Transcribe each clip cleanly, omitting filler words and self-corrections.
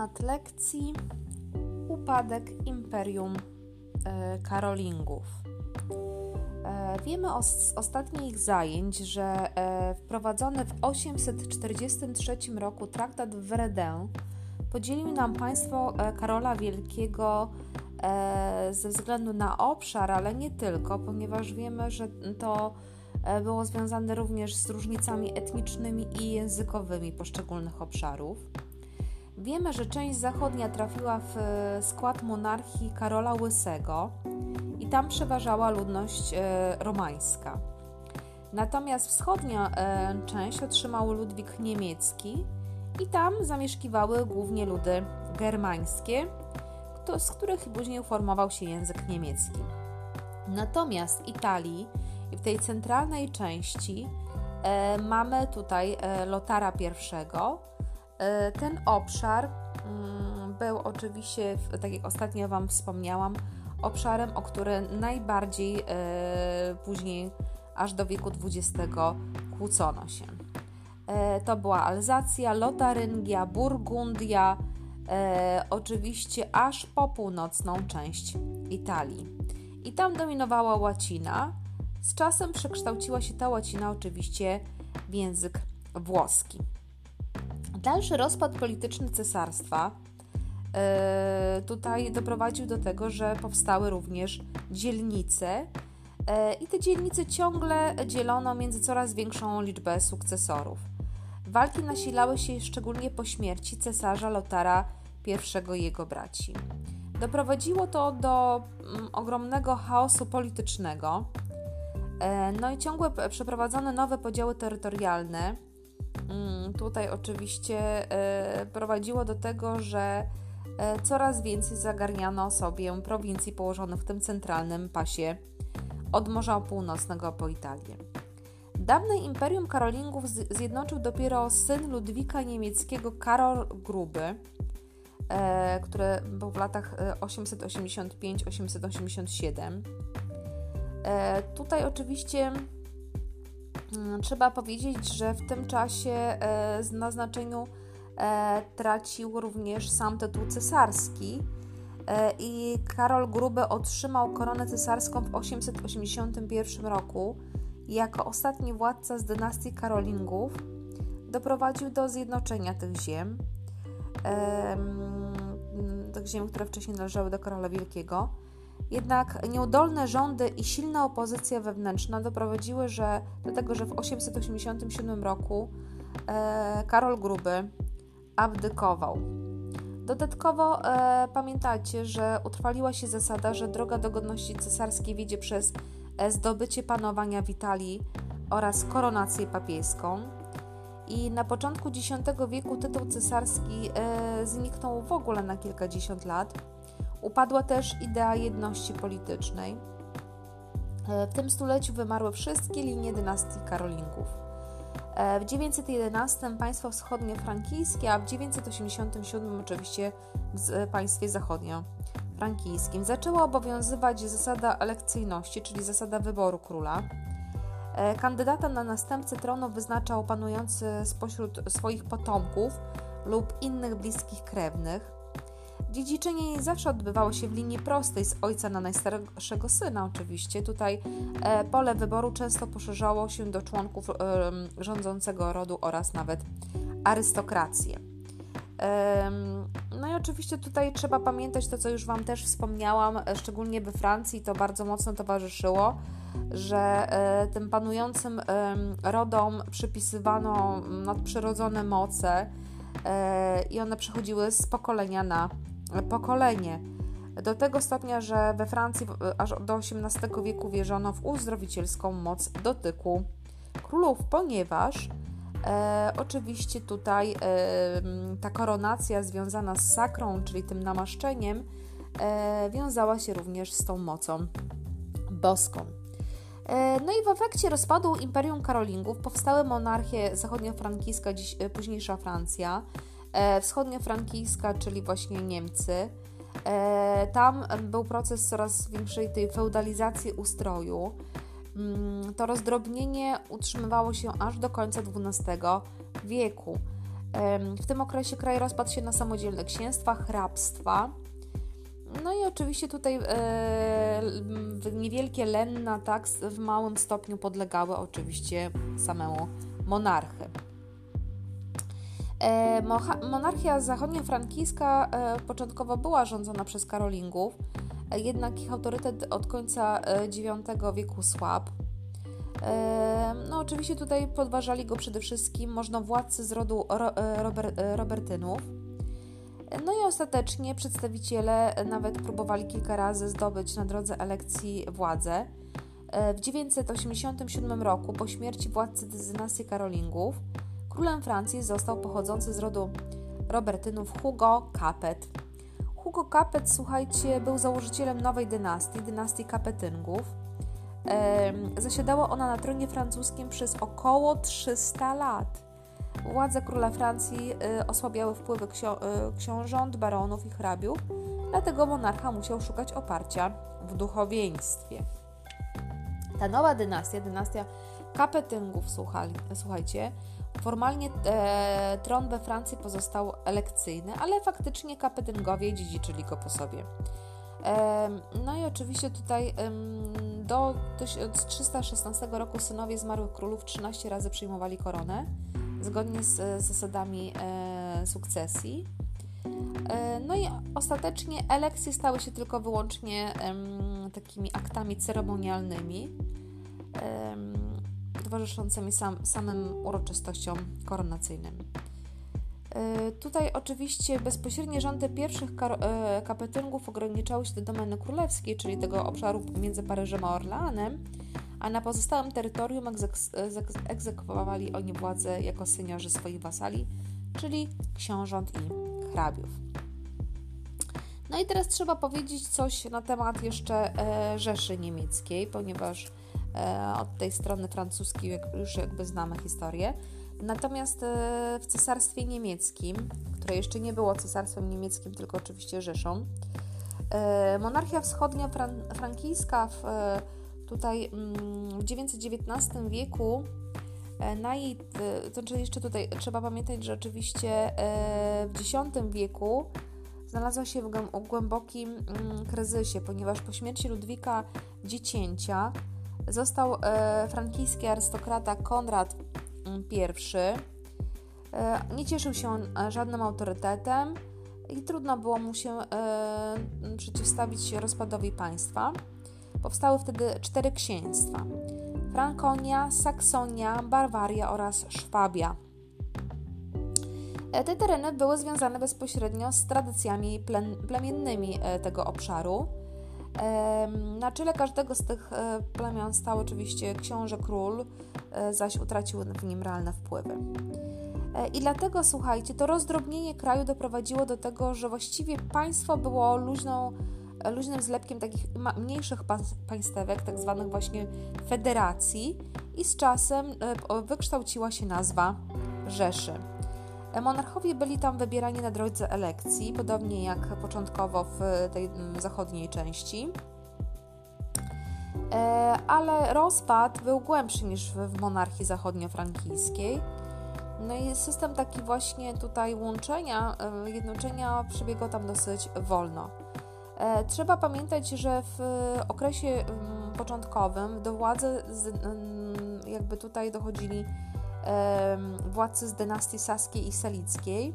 temat lekcji upadek Imperium Karolingów. Wiemy z ostatnich zajęć, że wprowadzony w 843 roku traktat w Verdun podzielił nam państwo Karola Wielkiego ze względu na obszar, ale nie tylko, ponieważ wiemy, że to było związane również z różnicami etnicznymi i językowymi poszczególnych obszarów. Wiemy, że część zachodnia trafiła w skład monarchii Karola Łysego i tam przeważała ludność romańska. Natomiast wschodnia część otrzymał Ludwik Niemiecki i tam zamieszkiwały głównie ludy germańskie, z których później uformował się język niemiecki. Natomiast Italii i w tej centralnej części mamy tutaj Lotara I. Ten obszar był oczywiście, tak jak ostatnio Wam wspomniałam, obszarem, o który najbardziej później, aż do wieku XX, kłócono się. To była Alzacja, Lotaryngia, Burgundia, oczywiście aż po północną część Italii. I tam dominowała łacina. Z czasem przekształciła się ta łacina oczywiście w język włoski. Dalszy rozpad polityczny cesarstwa tutaj doprowadził do tego, że powstały również dzielnice i te dzielnice ciągle dzielono między coraz większą liczbę sukcesorów. Walki nasilały się szczególnie po śmierci cesarza Lotara I i jego braci. Doprowadziło to do ogromnego chaosu politycznego, no i ciągle przeprowadzone nowe podziały terytorialne. Tutaj oczywiście prowadziło do tego, że coraz więcej zagarniano sobie prowincji położonych w tym centralnym pasie od Morza Północnego po Italię. Dawne Imperium Karolingów zjednoczył dopiero syn Ludwika Niemieckiego, Karol Gruby, który był w latach 885-887. Tutaj oczywiście trzeba powiedzieć, że w tym czasie na znaczeniu tracił również sam tytuł cesarski i Karol Gruby otrzymał koronę cesarską w 881 roku. Jako ostatni władca z dynastii Karolingów doprowadził do zjednoczenia tych ziem, które wcześniej należały do Karola Wielkiego. Jednak nieudolne rządy i silna opozycja wewnętrzna doprowadziły do tego, że w 887 roku Karol Gruby abdykował. Dodatkowo pamiętajcie, że utrwaliła się zasada, że droga do godności cesarskiej wiedzie przez zdobycie panowania w Italii oraz koronację papieską. I na początku X wieku tytuł cesarski zniknął w ogóle na kilkadziesiąt lat. Upadła też idea jedności politycznej. W tym stuleciu wymarły wszystkie linie dynastii Karolingów. W 911 państwo wschodnio-frankijskie, a w 987 oczywiście w państwie zachodnio-frankijskim zaczęła obowiązywać zasada elekcyjności, czyli zasada wyboru króla. Kandydata na następcę tronu wyznaczał panujący spośród swoich potomków lub innych bliskich krewnych. Dziedziczenie nie zawsze odbywało się w linii prostej z ojca na najstarszego syna oczywiście. Tutaj pole wyboru często poszerzało się do członków rządzącego rodu oraz nawet arystokrację. No i oczywiście tutaj trzeba pamiętać to, co już Wam też wspomniałam, szczególnie we Francji to bardzo mocno towarzyszyło, że tym panującym rodom przypisywano nadprzyrodzone moce i one przechodziły z pokolenia na pokolenie. Do tego stopnia, że we Francji aż do XVIII wieku wierzono w uzdrowicielską moc dotyku królów, ponieważ oczywiście tutaj ta koronacja związana z sakrą, czyli tym namaszczeniem, wiązała się również z tą mocą boską. No i w efekcie rozpadu Imperium Karolingów powstały monarchie zachodniofrankijska, późniejsza Francja, wschodniofrankijska, czyli właśnie Niemcy. Tam był proces coraz większej tej feudalizacji ustroju. To rozdrobnienie utrzymywało się aż do końca XII wieku. W tym okresie kraj rozpadł się na samodzielne księstwa, hrabstwa. No i oczywiście tutaj niewielkie Lenna, tak, w małym stopniu podlegały oczywiście samemu monarchy. Monarchia zachodniofrankijska początkowo była rządzona przez Karolingów, jednak ich autorytet od końca IX wieku słabł. No oczywiście tutaj podważali go przede wszystkim możnowładcy z rodu Robertynów. No i ostatecznie przedstawiciele nawet próbowali kilka razy zdobyć na drodze elekcji władzę. W 987 roku, po śmierci władcy dynastii Karolingów, królem Francji został pochodzący z rodu Robertynów Hugo Capet. Hugo Capet, słuchajcie, był założycielem nowej dynastii Capetyngów. Zasiadała ona na tronie francuskim przez około 300 lat. Władze króla Francji osłabiały wpływy książąt, baronów i hrabiów, dlatego monarcha musiał szukać oparcia w duchowieństwie. Ta nowa dynastia Capetyngów, słuchajcie, formalnie tron we Francji pozostał elekcyjny, ale faktycznie Capetyngowie dziedziczyli go po sobie. No i oczywiście tutaj do 1316 roku synowie zmarłych królów 13 razy przyjmowali koronę, zgodnie z zasadami sukcesji. No i ostatecznie elekcje stały się tylko wyłącznie takimi aktami ceremonialnymi, towarzyszącymi samym uroczystościom koronacyjnym. Tutaj oczywiście bezpośrednie rządy pierwszych Capetyngów ograniczały się do domeny królewskiej, czyli tego obszaru między Paryżem a Orleanem, a na pozostałym terytorium egzekwowali oni władzę jako seniorzy swoich wasali, czyli książąt i hrabiów. No i teraz trzeba powiedzieć coś na temat jeszcze Rzeszy Niemieckiej, ponieważ od tej strony francuskiej już jakby znamy historię. Natomiast w Cesarstwie Niemieckim, które jeszcze nie było Cesarstwem Niemieckim, tylko oczywiście Rzeszą, monarchia wschodnio-frankijska tutaj w XIX wieku, to znaczy jeszcze tutaj trzeba pamiętać, że oczywiście w X wieku znalazła się w głębokim kryzysie, ponieważ po śmierci Ludwika Dziecięcia został frankijski arystokrata Konrad I. Nie cieszył się żadnym autorytetem i trudno było mu się przeciwstawić rozpadowi państwa. Powstały wtedy 4 księstwa: Frankonia, Saksonia, Bawaria oraz Szwabia. Te tereny były związane bezpośrednio z tradycjami plemiennymi tego obszaru. Na czele każdego z tych plemion stał oczywiście książę król, zaś utracił w nim realne wpływy. I dlatego, słuchajcie, to rozdrobnienie kraju doprowadziło do tego, że właściwie państwo było luźnym zlepkiem takich mniejszych państewek, tak zwanych właśnie federacji, i z czasem wykształciła się nazwa Rzeszy. Monarchowie byli tam wybierani na drodze elekcji, podobnie jak początkowo w tej zachodniej części, ale rozpad był głębszy niż w monarchii zachodniofrankijskiej. No i system taki właśnie tutaj jednoczenia przebiegał tam dosyć wolno. Trzeba pamiętać, że w okresie początkowym do władzy jakby tutaj dochodzili władcy z dynastii saskiej i salickiej.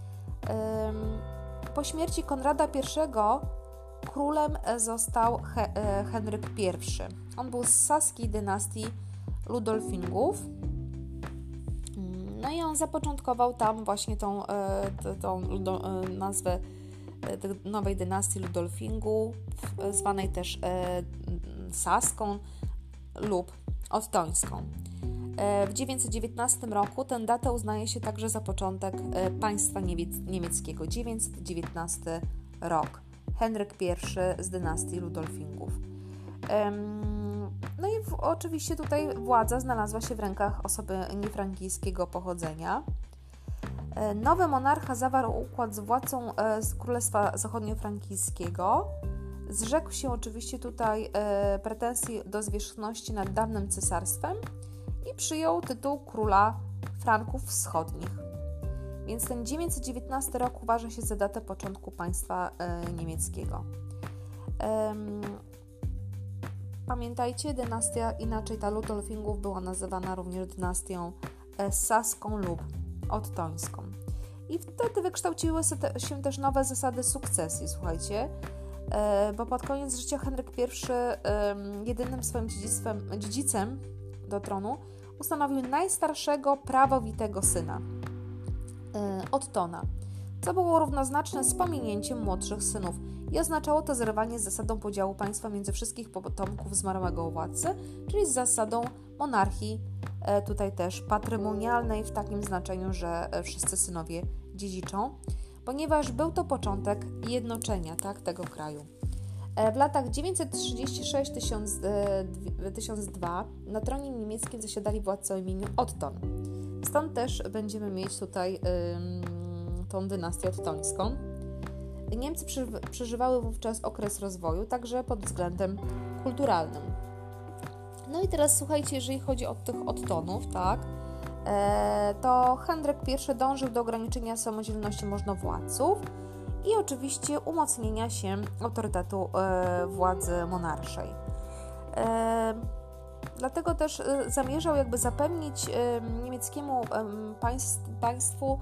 Po śmierci Konrada I królem został Henryk I. On był z saskiej dynastii Ludolfingów. No i on zapoczątkował tam właśnie tą nazwę nowej dynastii Ludolfingów, zwanej też saską lub ottońską. W 919 roku tę datę uznaje się także za początek państwa niemieckiego. 919 rok. Henryk I z dynastii Ludolfingów. No i oczywiście tutaj władza znalazła się w rękach osoby niefrankijskiego pochodzenia. Nowy monarcha zawarł układ z władcą z Królestwa Zachodniofrankijskiego. Zrzekł się oczywiście tutaj pretensji do zwierzchności nad dawnym cesarstwem i przyjął tytuł króla Franków Wschodnich. Więc ten 919 rok uważa się za datę początku państwa niemieckiego. Pamiętajcie, dynastia, inaczej ta Ludolfingów była nazywana również dynastią saską lub ottońską. I wtedy wykształciły się też nowe zasady sukcesji, słuchajcie, bo pod koniec życia Henryk I jedynym swoim dziedzicem do tronu ustanowił najstarszego, prawowitego syna, Ottona, co było równoznaczne z pominięciem młodszych synów i oznaczało to zerwanie z zasadą podziału państwa między wszystkich potomków zmarłego władcy, czyli z zasadą monarchii, tutaj też patrymonialnej w takim znaczeniu, że wszyscy synowie dziedziczą, ponieważ był to początek jednoczenia tego kraju. W latach 936-1002 na tronie niemieckim zasiadali władcy o imieniu Otton. Stąd też będziemy mieć tutaj tą dynastię ottońską. Niemcy przeżywały wówczas okres rozwoju, także pod względem kulturalnym. No i teraz słuchajcie, jeżeli chodzi o tych Ottonów, to Henryk I dążył do ograniczenia samodzielności możnowładców i oczywiście umocnienia się autorytetu władzy monarszej. Dlatego też zamierzał zapewnić niemieckiemu państwu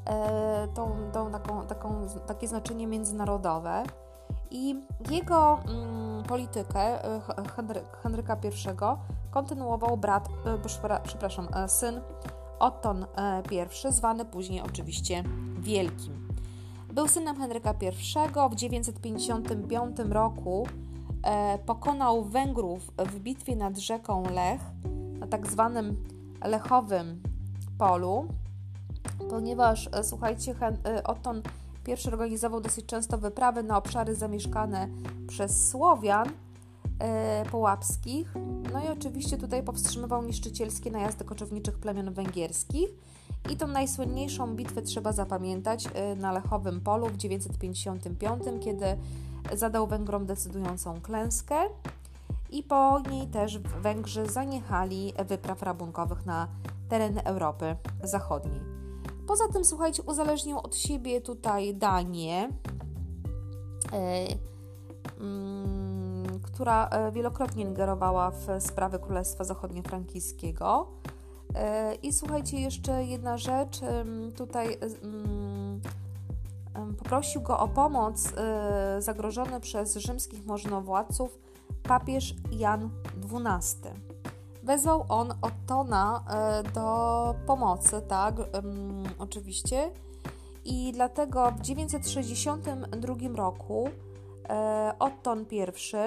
takie znaczenie międzynarodowe i jego politykę Henryka I kontynuował syn Otton I, zwany później oczywiście Wielkim. Był synem Henryka I. W 955 roku pokonał Węgrów w bitwie nad rzeką Lech, na tak zwanym Lechowym Polu, ponieważ, słuchajcie, Otton I organizował dosyć często wyprawy na obszary zamieszkane przez Słowian połapskich, no i oczywiście tutaj powstrzymywał niszczycielskie najazdy koczowniczych plemion węgierskich i tą najsłynniejszą bitwę trzeba zapamiętać na Lechowym Polu w 955, kiedy zadał Węgrom decydującą klęskę i po niej też Węgrzy zaniechali wypraw rabunkowych na tereny Europy Zachodniej. Poza tym, słuchajcie, uzależnił od siebie tutaj Danię, która wielokrotnie ingerowała w sprawy Królestwa Zachodniofrankijskiego. I słuchajcie, jeszcze jedna rzecz, tutaj poprosił go o pomoc zagrożony przez rzymskich możnowładców papież Jan XII. Wezwał on Ottona do pomocy, oczywiście, i dlatego w 962 roku Otton I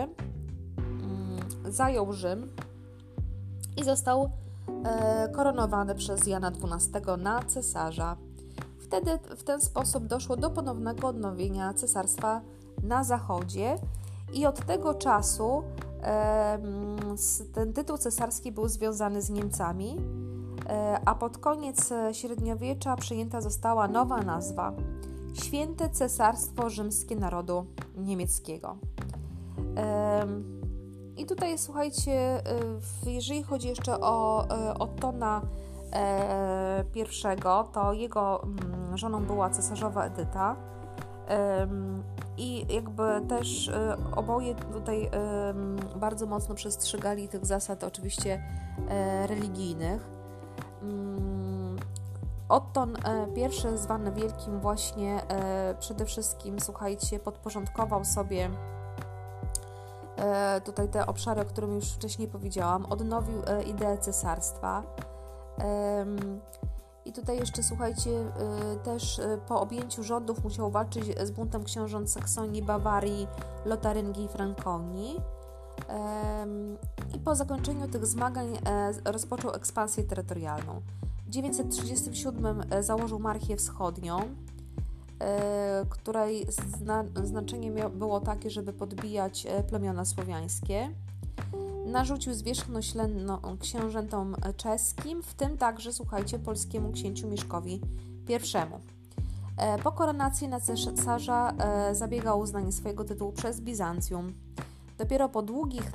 zajął Rzym i został koronowany przez Jana XII na cesarza. W ten sposób doszło do ponownego odnowienia cesarstwa na zachodzie i od tego czasu ten tytuł cesarski był związany z Niemcami, a pod koniec średniowiecza przyjęta została nowa nazwa – Święte Cesarstwo Rzymskie Narodu Niemieckiego. I tutaj, słuchajcie, jeżeli chodzi jeszcze o Ottona I, to jego żoną była cesarzowa Edyta i też oboje tutaj bardzo mocno przestrzegali tych zasad oczywiście religijnych. Otton I, zwany Wielkim, właśnie przede wszystkim, słuchajcie, podporządkował sobie tutaj te obszary, o którym już wcześniej powiedziałam, odnowił ideę cesarstwa. I tutaj jeszcze, słuchajcie, też po objęciu rządów musiał walczyć z buntem książąt Saksonii, Bawarii, Lotaryngii i Frankonii. I po zakończeniu tych zmagań rozpoczął ekspansję terytorialną. W 937 założył Marchię Wschodnią, której znaczenie było takie, żeby podbijać plemiona słowiańskie. Narzucił zwierzchność lenną książętom czeskim, w tym także, słuchajcie, polskiemu księciu Mieszkowi I. Po koronacji na cesarza zabiegał o uznanie swojego tytułu przez Bizancjum. Dopiero po długich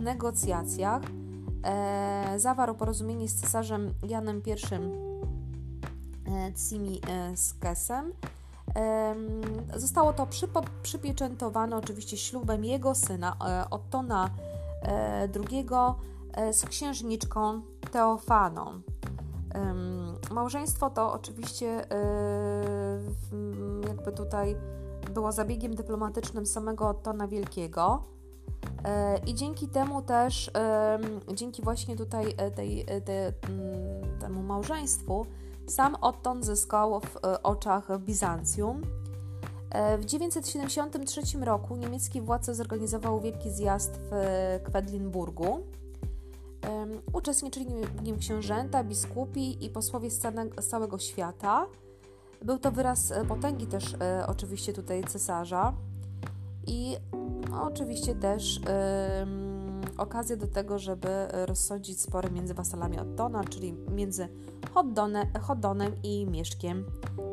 negocjacjach zawarł porozumienie z cesarzem Janem I Tsimiskesem. Zostało to przypieczętowane oczywiście ślubem jego syna Ottona II z księżniczką Teofaną. Małżeństwo to oczywiście jakby tutaj było zabiegiem dyplomatycznym samego Ottona Wielkiego i dzięki temu też, dzięki właśnie tutaj temu małżeństwu, sam Otton zyskał w oczach Bizancjum. W 973 roku niemiecki władca zorganizował wielki zjazd w Kwedlinburgu. Uczestniczyli w nim książęta, biskupi i posłowie z całego świata. Był to wyraz potęgi też oczywiście tutaj cesarza i oczywiście też okazja do tego, żeby rozsądzić spory między wasalami Ottona, czyli między Hoddonem i Mieszkiem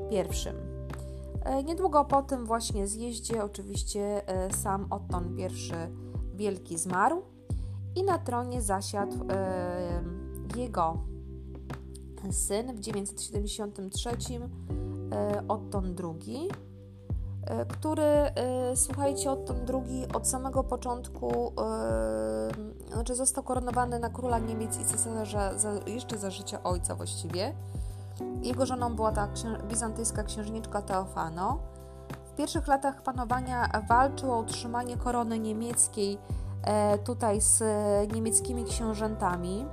I. Niedługo po tym właśnie zjeździe oczywiście sam Otton I Wielki zmarł i na tronie zasiadł jego syn w 973 Otton II, który, słuchajcie, Otton II od samego początku został koronowany na króla Niemiec i cesarza jeszcze za życia ojca właściwie. Jego żoną była ta bizantyjska księżniczka Teofano. W pierwszych latach panowania walczył o utrzymanie korony niemieckiej tutaj z niemieckimi książętami.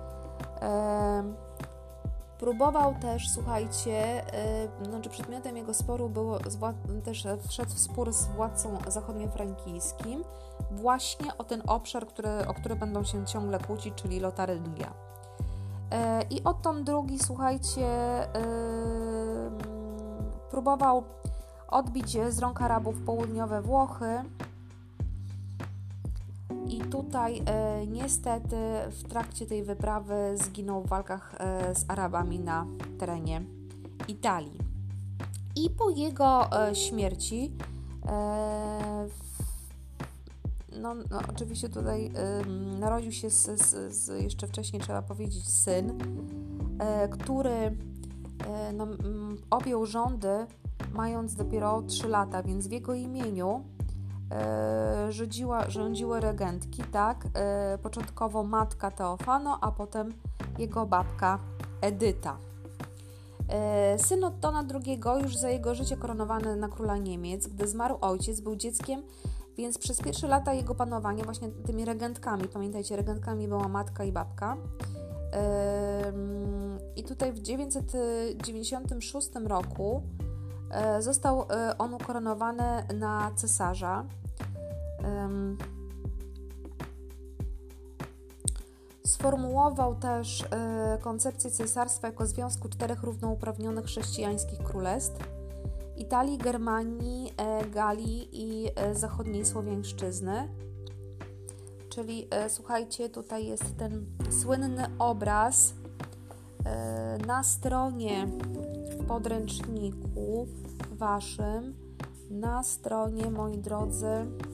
Próbował też, słuchajcie, przedmiotem jego sporu było też wszedł w spór z władcą zachodniofrankijskim właśnie o ten obszar, o który będą się ciągle kłócić, czyli Lotaryngia. I Otton II, słuchajcie, próbował odbić z rąk Arabów południowe Włochy i tutaj niestety w trakcie tej wyprawy zginął w walkach z Arabami na terenie Italii. I po jego śmierci oczywiście tutaj narodził się jeszcze wcześniej trzeba powiedzieć syn, który objął rządy mając dopiero 3 lata, więc w jego imieniu rządziły regentki, tak? Początkowo matka Teofano, a potem jego babka Edyta. Syn Ottona II, już za jego życie koronowany na króla Niemiec, gdy zmarł ojciec, był dzieckiem, więc przez pierwsze lata jego panowania właśnie tymi regentkami, pamiętajcie, regentkami była matka i babka. I tutaj w 996 roku został on ukoronowany na cesarza. Sformułował też koncepcję cesarstwa jako związku 4 równouprawnionych chrześcijańskich królestw: Italii, Germanii, Galii i zachodniej Słowiańszczyzny. Czyli słuchajcie, tutaj jest ten słynny obraz na stronie w podręczniku waszym, na stronie, moi drodzy,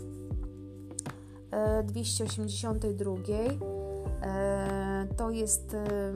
282. To jest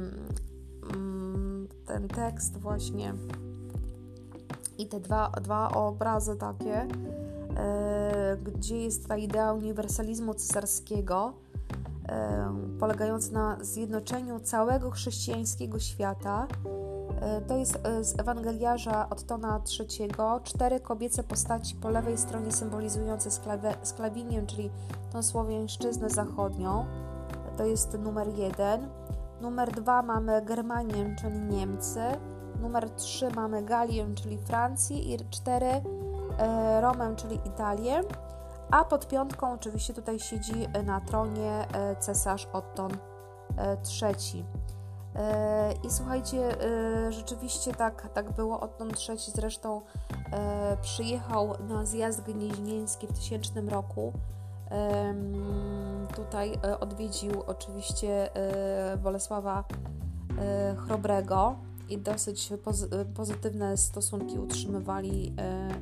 ten tekst właśnie i te dwa obrazy takie, gdzie jest ta idea uniwersalizmu cesarskiego, polegająca na zjednoczeniu całego chrześcijańskiego świata. To jest z Ewangeliarza Ottona III. 4 kobiece postaci po lewej stronie symbolizujące Sklawinię, czyli tą Słowiańszczyznę zachodnią. To jest numer 1. Numer 2 mamy Germanię, czyli Niemcy. Numer 3 mamy Galię, czyli Francję. I 4 Romę, czyli Italię. A pod 5 oczywiście tutaj siedzi na tronie cesarz Otton III. I słuchajcie, rzeczywiście tak było. Otton III zresztą przyjechał na zjazd gnieźnieński w 1000 roku. Tutaj odwiedził oczywiście Bolesława Chrobrego i dosyć pozytywne stosunki utrzymywali,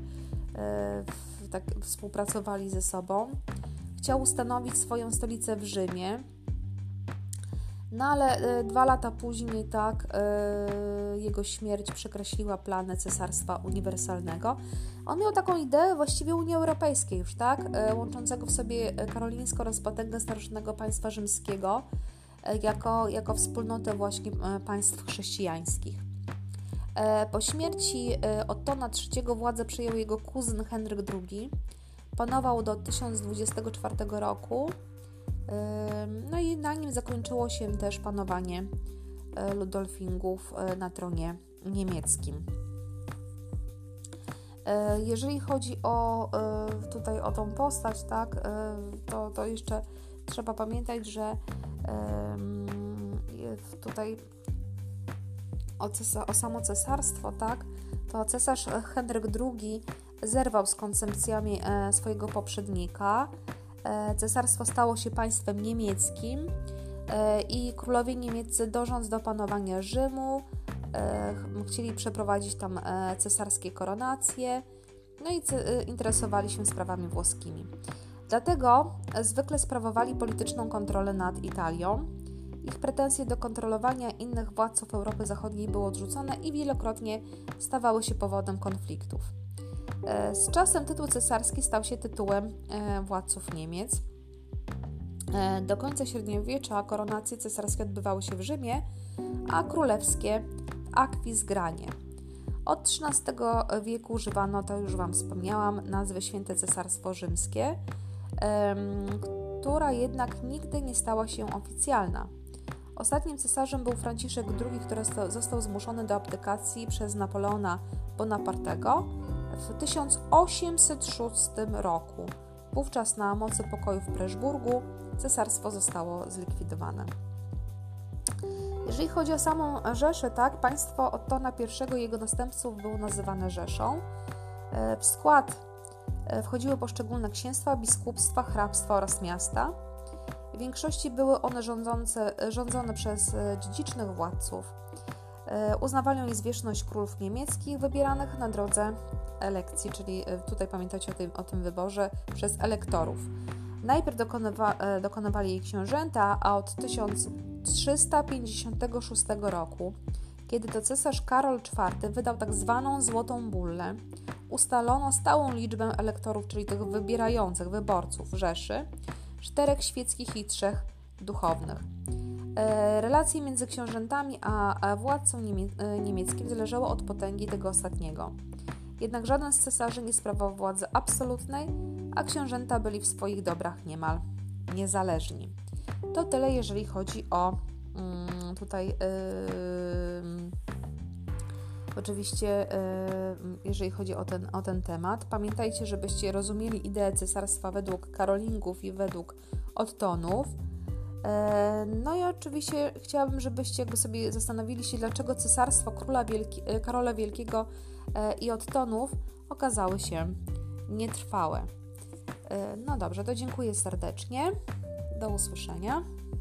tak współpracowali ze sobą. Chciał ustanowić swoją stolicę w Rzymie. No ale 2 lata później, tak, jego śmierć przekreśliła plany Cesarstwa Uniwersalnego. On miał taką ideę właściwie Unii Europejskiej już, tak, łączącego w sobie karolińską oraz potęgę starożytnego państwa rzymskiego jako wspólnotę właśnie państw chrześcijańskich. Po śmierci Ottona III władzę przejął jego kuzyn Henryk II. Panował do 1024 roku. No i na nim zakończyło się też panowanie Ludolfingów na tronie niemieckim. Jeżeli chodzi tutaj o tą postać, tak, to jeszcze trzeba pamiętać, że tutaj o samo cesarstwo, tak, to cesarz Henryk II zerwał z koncepcjami swojego poprzednika. Cesarstwo stało się państwem niemieckim i królowie niemieccy, dążąc do panowania Rzymu, chcieli przeprowadzić tam cesarskie koronacje, no i interesowali się sprawami włoskimi. Dlatego zwykle sprawowali polityczną kontrolę nad Italią. Ich pretensje do kontrolowania innych władców Europy Zachodniej były odrzucone i wielokrotnie stawały się powodem konfliktów. Z czasem tytuł cesarski stał się tytułem władców Niemiec. Do końca średniowiecza koronacje cesarskie odbywały się w Rzymie, a królewskie w Akwizgranie. Od XIII wieku używano, to już Wam wspomniałam, nazwy Święte Cesarstwo Rzymskie, która jednak nigdy nie stała się oficjalna. Ostatnim cesarzem był Franciszek II, który został zmuszony do abdykacji przez Napoleona Bonapartego w 1806 roku. Wówczas na mocy pokoju w Preszburgu cesarstwo zostało zlikwidowane. Jeżeli chodzi o samą Rzeszę, tak, państwo Ottona I i jego następców było nazywane Rzeszą. W skład wchodziły poszczególne księstwa, biskupstwa, hrabstwa oraz miasta. W większości były one rządzone przez dziedzicznych władców. Uznawali oni zwierzchność królów niemieckich wybieranych na drodze elekcji, czyli tutaj pamiętajcie o tym wyborze przez elektorów. Najpierw dokonywali jej książęta, a od 1356 roku, kiedy to cesarz Karol IV wydał tak zwaną Złotą Bullę, ustalono stałą liczbę elektorów, czyli tych wybierających wyborców Rzeszy, 4 świeckich i 3 duchownych. Relacje między książętami a władcą niemieckim zależały od potęgi tego ostatniego. Jednak żaden z cesarzy nie sprawował władzy absolutnej, a książęta byli w swoich dobrach niemal niezależni. To tyle, jeżeli chodzi o oczywiście, jeżeli chodzi o ten temat. Pamiętajcie, żebyście rozumieli ideę cesarstwa według Karolingów i według Ottonów. No i oczywiście chciałabym, żebyście sobie zastanowili się, dlaczego cesarstwo Karola Wielkiego i Ottonów okazały się nietrwałe. No dobrze, to dziękuję serdecznie. Do usłyszenia.